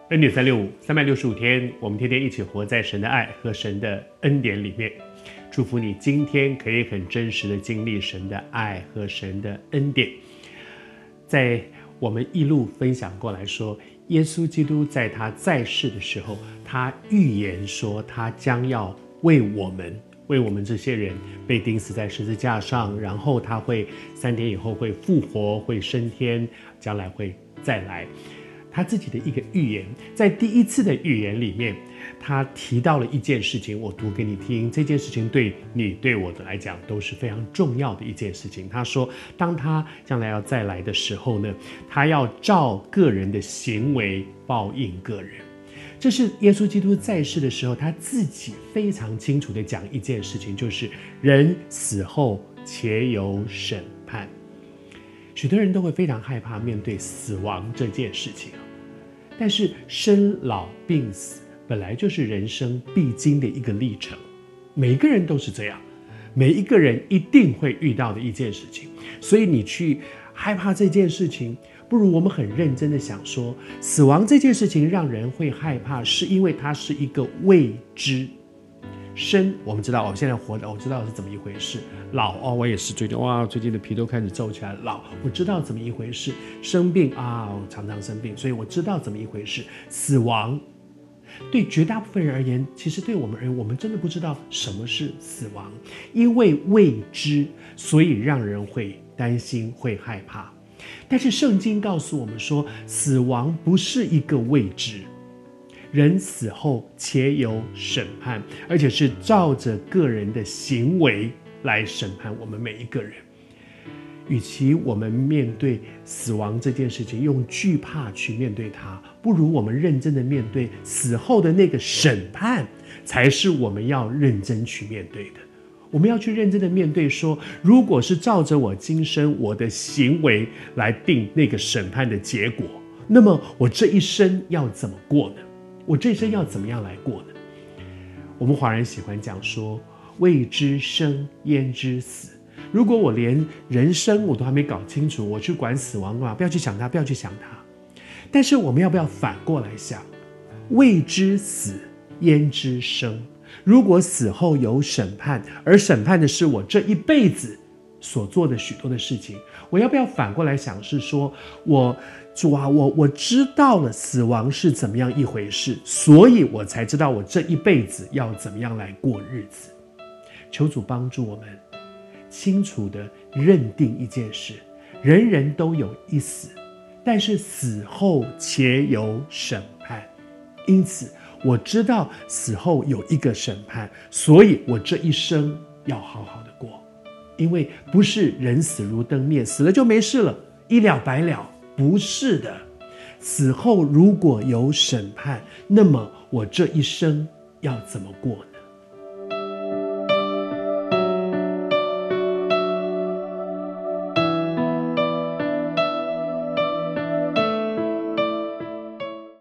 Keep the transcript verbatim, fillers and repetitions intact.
恩典三六五，三百六十五天，我们天天一起活在神的爱和神的恩典里面。祝福你今天可以很真实的经历神的爱和神的恩典。在我们一路分享过来说，耶稣基督在他在世的时候，他预言说他将要为我们为我们这些人被钉死在十字架上，然后他会三天以后会复活，会升天，将来会再来。他自己的一个预言，在第一次的预言里面，他提到了一件事情，我读给你听。这件事情对你对我的来讲都是非常重要的一件事情。他说，当他将来要再来的时候呢，他要照个人的行为报应个人。这是耶稣基督在世的时候，他自己非常清楚地讲一件事情，就是人死后且有审判。许多人都会非常害怕面对死亡这件事情，但是生老病死本来就是人生必经的一个历程，每一个人都是这样，每一个人一定会遇到的一件事情。所以你去害怕这件事情，不如我们很认真的想说，死亡这件事情让人会害怕，是因为它是一个未知。生我们知道，我现在活着，我知道是怎么一回事。老哦，我也是最近哇，最近的皮都开始皱起来。老，我知道怎么一回事。生病啊，我常常生病，所以我知道怎么一回事。死亡，对绝大部分人而言，其实对我们而言，我们真的不知道什么是死亡，因为未知，所以让人会担心，会害怕。但是圣经告诉我们说，死亡不是一个未知。人死后且有审判，而且是照着个人的行为来审判我们每一个人。与其我们面对死亡这件事情用惧怕去面对它，不如我们认真的面对死后的那个审判，才是我们要认真去面对的。我们要去认真的面对说，如果是照着我今生我的行为来定那个审判的结果，那么我这一生要怎么过呢？我这一生要怎么样来过呢？我们华人喜欢讲说，未知生焉知死。如果我连人生我都还没搞清楚，我去管死亡干嘛？不要去想它，不要去想它。但是我们要不要反过来想，未知死焉知生？如果死后有审判，而审判的是我这一辈子所做的许多的事情，我要不要反过来想，是说我主啊，我我知道了死亡是怎么样一回事，所以我才知道我这一辈子要怎么样来过日子。求主帮助我们清楚地认定一件事，人人都有一死，但是死后且有审判。因此我知道死后有一个审判，所以我这一生要好好的过。因为不是人死如灯灭，死了就没事了，一了百了，不是的。死后如果有审判，那么我这一生要怎么过呢？